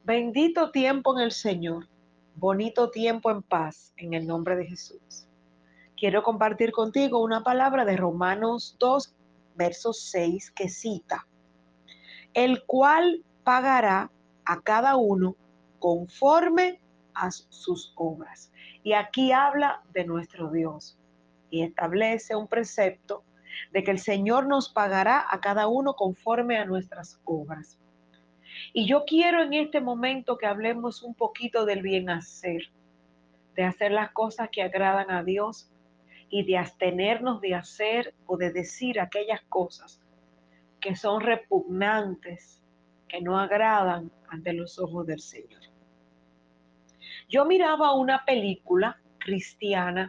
Bendito tiempo en el Señor, bonito tiempo en paz, en el nombre de Jesús. Quiero compartir contigo una palabra de Romanos 2, verso 6, que cita, el cual pagará a cada uno conforme a sus obras. Y aquí habla de nuestro Dios y establece un precepto de que el Señor nos pagará a cada uno conforme a nuestras obras. Y yo quiero en este momento que hablemos un poquito del bien hacer, de hacer las cosas que agradan a Dios y de abstenernos de hacer o de decir aquellas cosas que son repugnantes, que no agradan ante los ojos del Señor. Yo miraba una película cristiana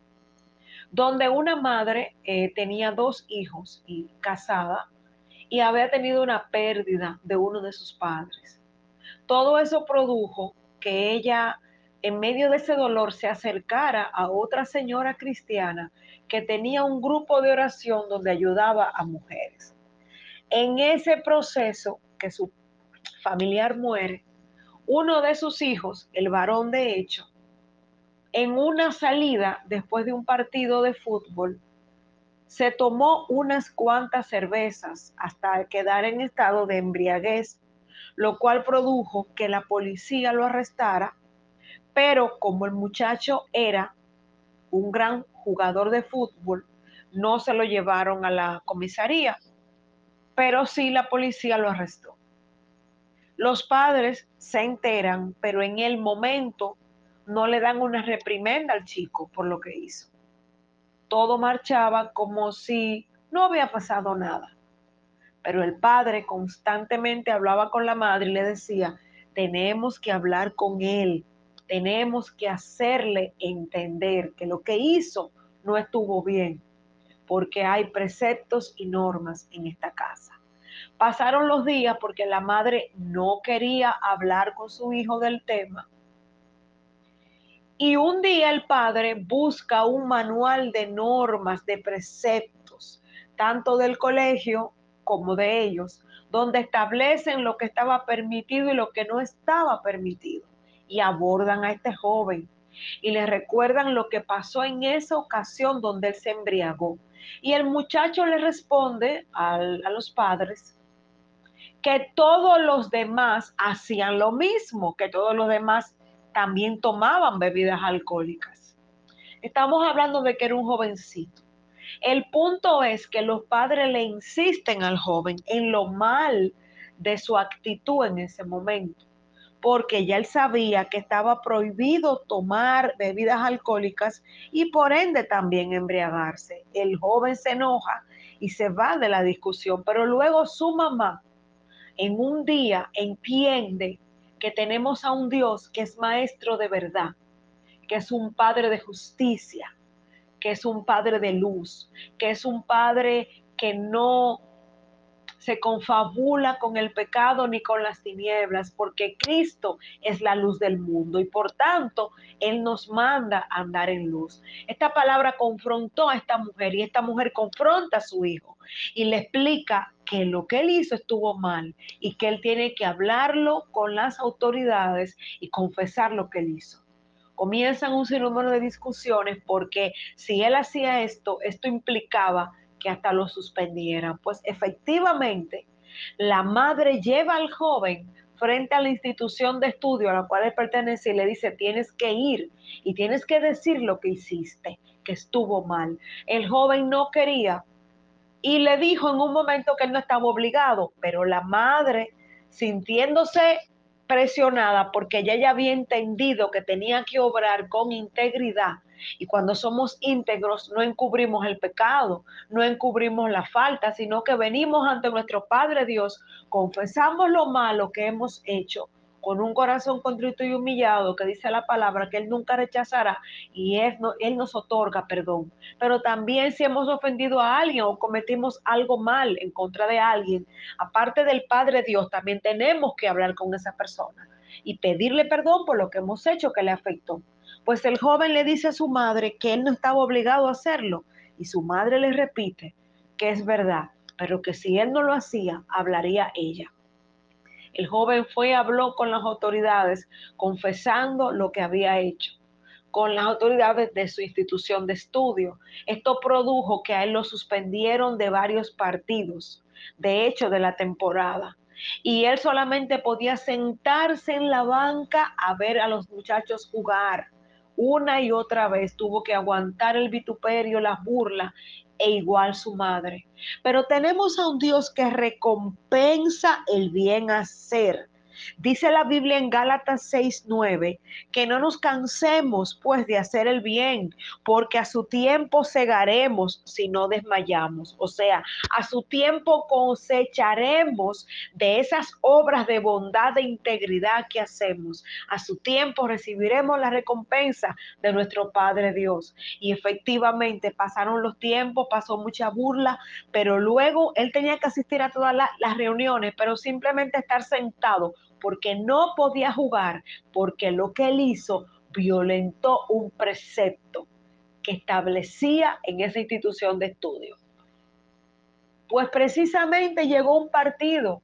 donde una madre tenía dos hijos y casada y había tenido una pérdida de uno de sus padres. Todo eso produjo que ella, en medio de ese dolor, se acercara a otra señora cristiana que tenía un grupo de oración donde ayudaba a mujeres. En ese proceso que su familiar muere, uno de sus hijos, el varón de hecho, en una salida después de un partido de fútbol, se tomó unas cuantas cervezas hasta quedar en estado de embriaguez, lo cual produjo que la policía lo arrestara, pero como el muchacho era un gran jugador de fútbol, no se lo llevaron a la comisaría, pero sí la policía lo arrestó. Los padres se enteran, pero en el momento no le dan una reprimenda al chico por lo que hizo. Todo marchaba como si no había pasado nada. Pero el padre constantemente hablaba con la madre y le decía, tenemos que hablar con él, tenemos que hacerle entender que lo que hizo no estuvo bien, porque hay preceptos y normas en esta casa. Pasaron los días porque la madre no quería hablar con su hijo del tema. Y un día el padre busca un manual de normas, de preceptos, tanto del colegio como de ellos, donde establecen lo que estaba permitido y lo que no estaba permitido. Y abordan a este joven y le recuerdan lo que pasó en esa ocasión donde él se embriagó. Y el muchacho le responde a los padres que todos los demás hacían lo mismo, que todos los demás también tomaban bebidas alcohólicas. Estamos hablando de que era un jovencito. El punto es que los padres le insisten al joven en lo mal de su actitud en ese momento, porque ya él sabía que estaba prohibido tomar bebidas alcohólicas y por ende también embriagarse. El joven se enoja y se va de la discusión, pero luego su mamá en un día entiende que tenemos a un Dios que es maestro de verdad, que es un padre de justicia, que es un padre de luz, que es un padre que no se confabula con el pecado ni con las tinieblas, porque Cristo es la luz del mundo y por tanto Él nos manda a andar en luz. Esta palabra confrontó a esta mujer y esta mujer confronta a su hijo y le explica que lo que él hizo estuvo mal y que él tiene que hablarlo con las autoridades y confesar lo que él hizo. Comienzan un sinnúmero de discusiones porque si él hacía esto, esto implicaba que hasta lo suspendieran. Pues efectivamente, la madre lleva al joven frente a la institución de estudio a la cual él pertenece y le dice, tienes que ir y tienes que decir lo que hiciste, que estuvo mal. El joven no quería y le dijo en un momento que él no estaba obligado, pero la madre, sintiéndose presionada porque ella ya había entendido que tenía que obrar con integridad, y cuando somos íntegros no encubrimos el pecado, no encubrimos la falta, sino que venimos ante nuestro Padre Dios, confesamos lo malo que hemos hecho con un corazón contrito y humillado, que dice la palabra que Él nunca rechazará y Él nos otorga perdón. Pero también si hemos ofendido a alguien o cometimos algo mal en contra de alguien, aparte del Padre Dios, también tenemos que hablar con esa persona y pedirle perdón por lo que hemos hecho que le afectó. Pues el joven le dice a su madre que él no estaba obligado a hacerlo y su madre le repite que es verdad, pero que si él no lo hacía, hablaría ella. El joven fue y habló con las autoridades, confesando lo que había hecho con las autoridades de su institución de estudio. Esto produjo que a él lo suspendieron de varios partidos, de hecho, de la temporada. Y él solamente podía sentarse en la banca a ver a los muchachos jugar. Una y otra vez tuvo que aguantar el vituperio, las burlas, e igual su madre. Pero tenemos a un Dios que recompensa el bien hacer. Dice la Biblia en Gálatas 6:9 que no nos cansemos pues de hacer el bien, porque a su tiempo segaremos si no desmayamos. O sea, a su tiempo cosecharemos de esas obras de bondad, de integridad que hacemos. A su tiempo recibiremos la recompensa de nuestro Padre Dios. Y efectivamente pasaron los tiempos, pasó mucha burla, pero luego él tenía que asistir a todas las reuniones, pero simplemente estar sentado porque no podía jugar, porque lo que él hizo violentó un precepto que establecía en esa institución de estudio. Pues precisamente llegó un partido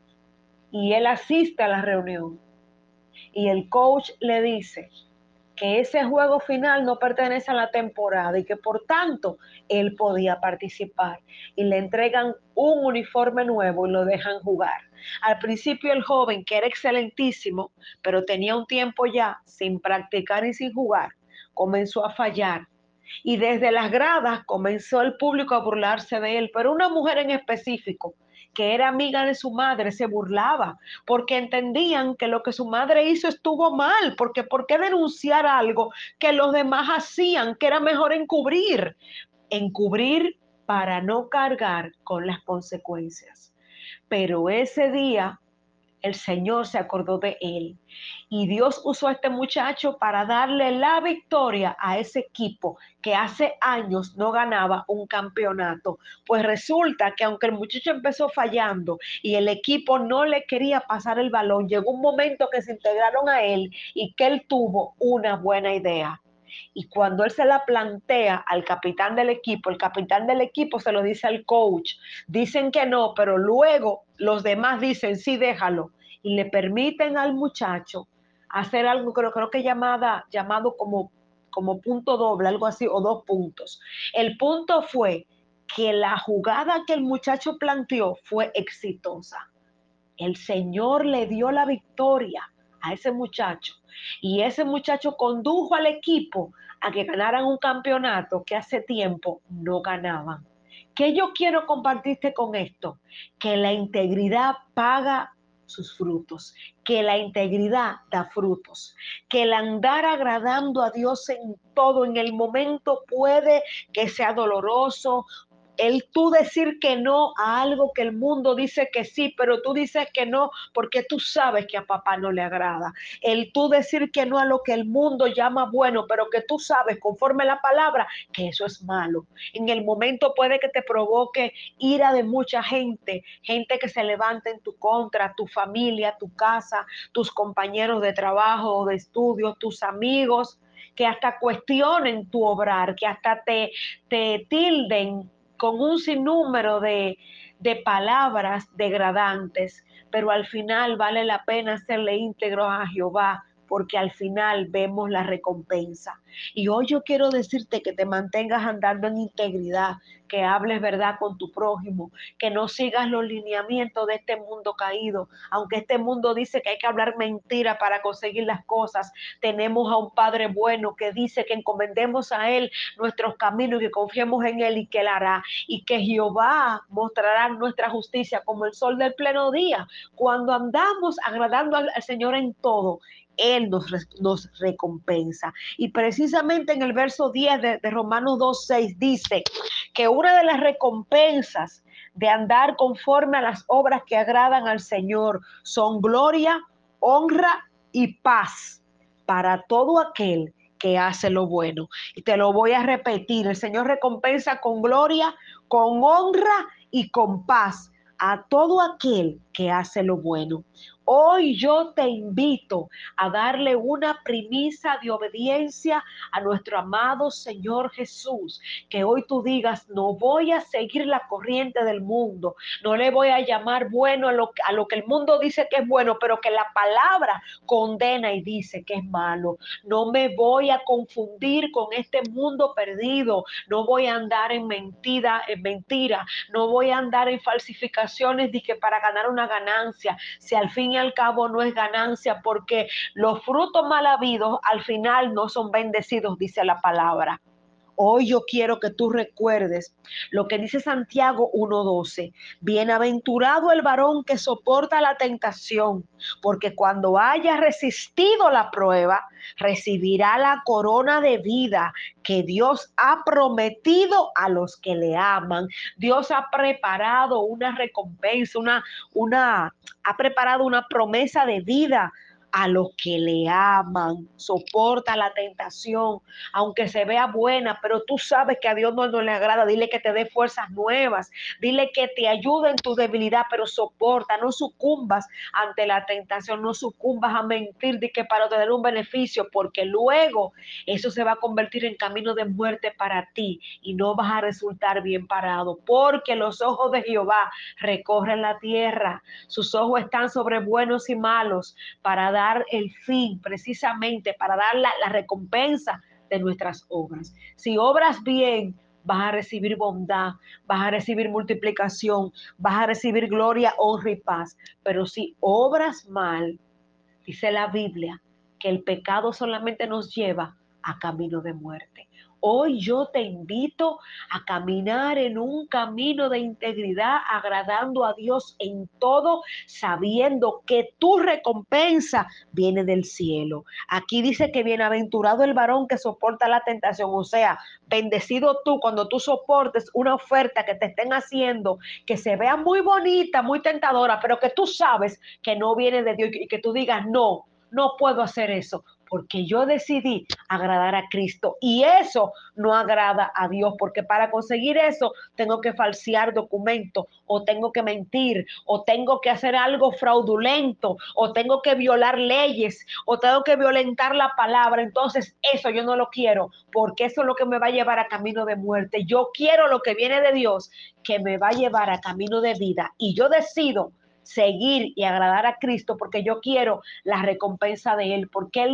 y él asiste a la reunión y el coach le dice que ese juego final no pertenece a la temporada y que por tanto él podía participar, y le entregan un uniforme nuevo y lo dejan jugar. Al principio el joven, que era excelentísimo, pero tenía un tiempo ya sin practicar y sin jugar, comenzó a fallar. Y desde las gradas comenzó el público a burlarse de él, pero una mujer en específico, que era amiga de su madre, se burlaba, porque entendían que lo que su madre hizo estuvo mal, porque ¿por qué denunciar algo que los demás hacían, que era mejor encubrir para no cargar con las consecuencias? Pero ese día el Señor se acordó de él. Y Dios usó a este muchacho para darle la victoria a ese equipo que hace años no ganaba un campeonato. Pues resulta que aunque el muchacho empezó fallando y el equipo no le quería pasar el balón, llegó un momento que se integraron a él y que él tuvo una buena idea. Y cuando él se la plantea al capitán del equipo, el capitán del equipo se lo dice al coach. Dicen que no, pero luego los demás dicen sí, déjalo. Y le permiten al muchacho hacer algo, creo que llamado como punto doble, algo así, o 2 puntos. El punto fue que la jugada que el muchacho planteó fue exitosa. El Señor le dio la victoria a ese muchacho y ese muchacho condujo al equipo a que ganaran un campeonato que hace tiempo no ganaban. ¿Qué yo quiero compartirte con esto? Que la integridad paga sus frutos, que la integridad da frutos, que el andar agradando a Dios en todo, en el momento puede que sea doloroso, el tú decir que no a algo que el mundo dice que sí, pero tú dices que no porque tú sabes que a papá no le agrada. El tú decir que no a lo que el mundo llama bueno, pero que tú sabes conforme la palabra que eso es malo. En el momento puede que te provoque ira de mucha gente, gente que se levanta en tu contra, tu familia, tu casa, tus compañeros de trabajo o de estudio, tus amigos, que hasta cuestionen tu obrar, que hasta te tilden con un sinnúmero de palabras degradantes, pero al final vale la pena serle íntegro a Jehová, porque al final vemos la recompensa. Y hoy yo quiero decirte que te mantengas andando en integridad, que hables verdad con tu prójimo, que no sigas los lineamientos de este mundo caído. Aunque este mundo dice que hay que hablar mentira para conseguir las cosas, tenemos a un Padre bueno que dice que encomendemos a Él nuestros caminos y que confiemos en Él y que Él hará, y que Jehová mostrará nuestra justicia como el sol del pleno día. Cuando andamos agradando al Señor en todo, él nos recompensa. Y precisamente en el verso 10 de Romanos 2:6 dice que una de las recompensas de andar conforme a las obras que agradan al Señor son gloria, honra y paz para todo aquel que hace lo bueno. Y te lo voy a repetir, el Señor recompensa con gloria, con honra y con paz a todo aquel que hace lo bueno. Hoy yo te invito a darle una primicia de obediencia a nuestro amado Señor Jesús. Que hoy tú digas, no voy a seguir la corriente del mundo, no le voy a llamar bueno a lo que el mundo dice que es bueno, pero que la palabra condena y dice que es malo. No me voy a confundir con este mundo perdido, no voy a andar en mentira, no voy a andar en falsificaciones de que para ganar una ganancia, si al fin y al cabo no es ganancia, porque los frutos mal habidos al final no son bendecidos, dice la palabra. Hoy yo quiero que tú recuerdes lo que dice Santiago 1:12. Bienaventurado el varón que soporta la tentación, porque cuando haya resistido la prueba, recibirá la corona de vida que Dios ha prometido a los que le aman. Dios ha preparado una recompensa, ha preparado una promesa de vida a los que le aman. Soporta la tentación, aunque se vea buena, pero tú sabes que a Dios no le agrada. Dile que te dé fuerzas nuevas, dile que te ayude en tu debilidad, pero soporta, no sucumbas ante la tentación, no sucumbas a mentir de que para obtener un beneficio, porque luego eso se va a convertir en camino de muerte para ti y no vas a resultar bien parado, porque los ojos de Jehová recorren la tierra, sus ojos están sobre buenos y malos para dar el fin, precisamente para dar la recompensa de nuestras obras. Si obras bien, vas a recibir bondad, vas a recibir multiplicación, vas a recibir gloria, honra y paz. Pero si obras mal, dice la Biblia, que el pecado solamente nos lleva a camino de muerte. Hoy yo te invito a caminar en un camino de integridad, agradando a Dios en todo, sabiendo que tu recompensa viene del cielo. Aquí dice que bienaventurado el varón que soporta la tentación, o sea, bendecido tú cuando tú soportes una oferta que te estén haciendo, que se vea muy bonita, muy tentadora, pero que tú sabes que no viene de Dios y que tú digas, no, no puedo hacer eso, porque yo decidí agradar a Cristo y eso no agrada a Dios, porque para conseguir eso tengo que falsear documentos o tengo que mentir o tengo que hacer algo fraudulento o tengo que violar leyes o tengo que violentar la palabra. Entonces eso yo no lo quiero, porque eso es lo que me va a llevar a camino de muerte. Yo quiero lo que viene de Dios, que me va a llevar a camino de vida, y yo decido seguir y agradar a Cristo porque yo quiero la recompensa de Él, porque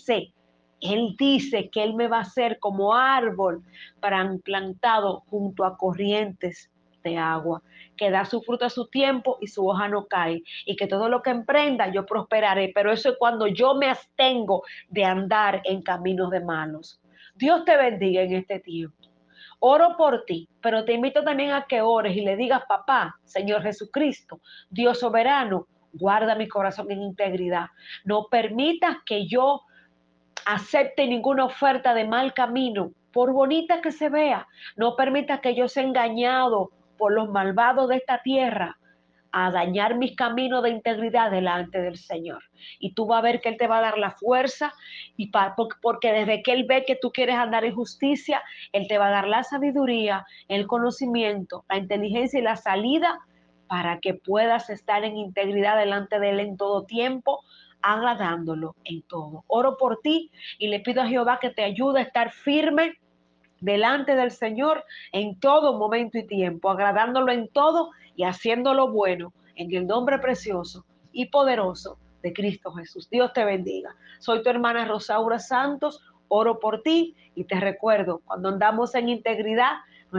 Él dice que Él me va a hacer como árbol plantado junto a corrientes de agua, que da su fruto a su tiempo y su hoja no cae, y que todo lo que emprenda yo prosperaré, pero eso es cuando yo me abstengo de andar en caminos de malos. Dios te bendiga en este tiempo. Oro por ti, pero te invito también a que ores y le digas, papá, Señor Jesucristo, Dios soberano, guarda mi corazón en integridad. No permitas que yo acepte ninguna oferta de mal camino, por bonita que se vea. No permitas que yo sea engañado por los malvados de esta tierra a dañar mis caminos de integridad delante del Señor. Y tú vas a ver que Él te va a dar la fuerza, porque desde que Él ve que tú quieres andar en justicia, Él te va a dar la sabiduría, el conocimiento, la inteligencia y la salida para que puedas estar en integridad delante de Él en todo tiempo, agradándolo en todo. Oro por ti y le pido a Jehová que te ayude a estar firme delante del Señor en todo momento y tiempo, agradándolo en todo y haciéndolo bueno, en el nombre precioso y poderoso de Cristo Jesús. Dios te bendiga. Soy tu hermana Rosaura Santos, oro por ti y te recuerdo, cuando andamos en integridad,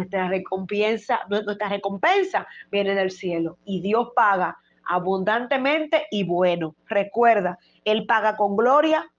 nuestra recompensa viene del cielo y Dios paga abundantemente y bueno. Recuerda, Él paga con gloria,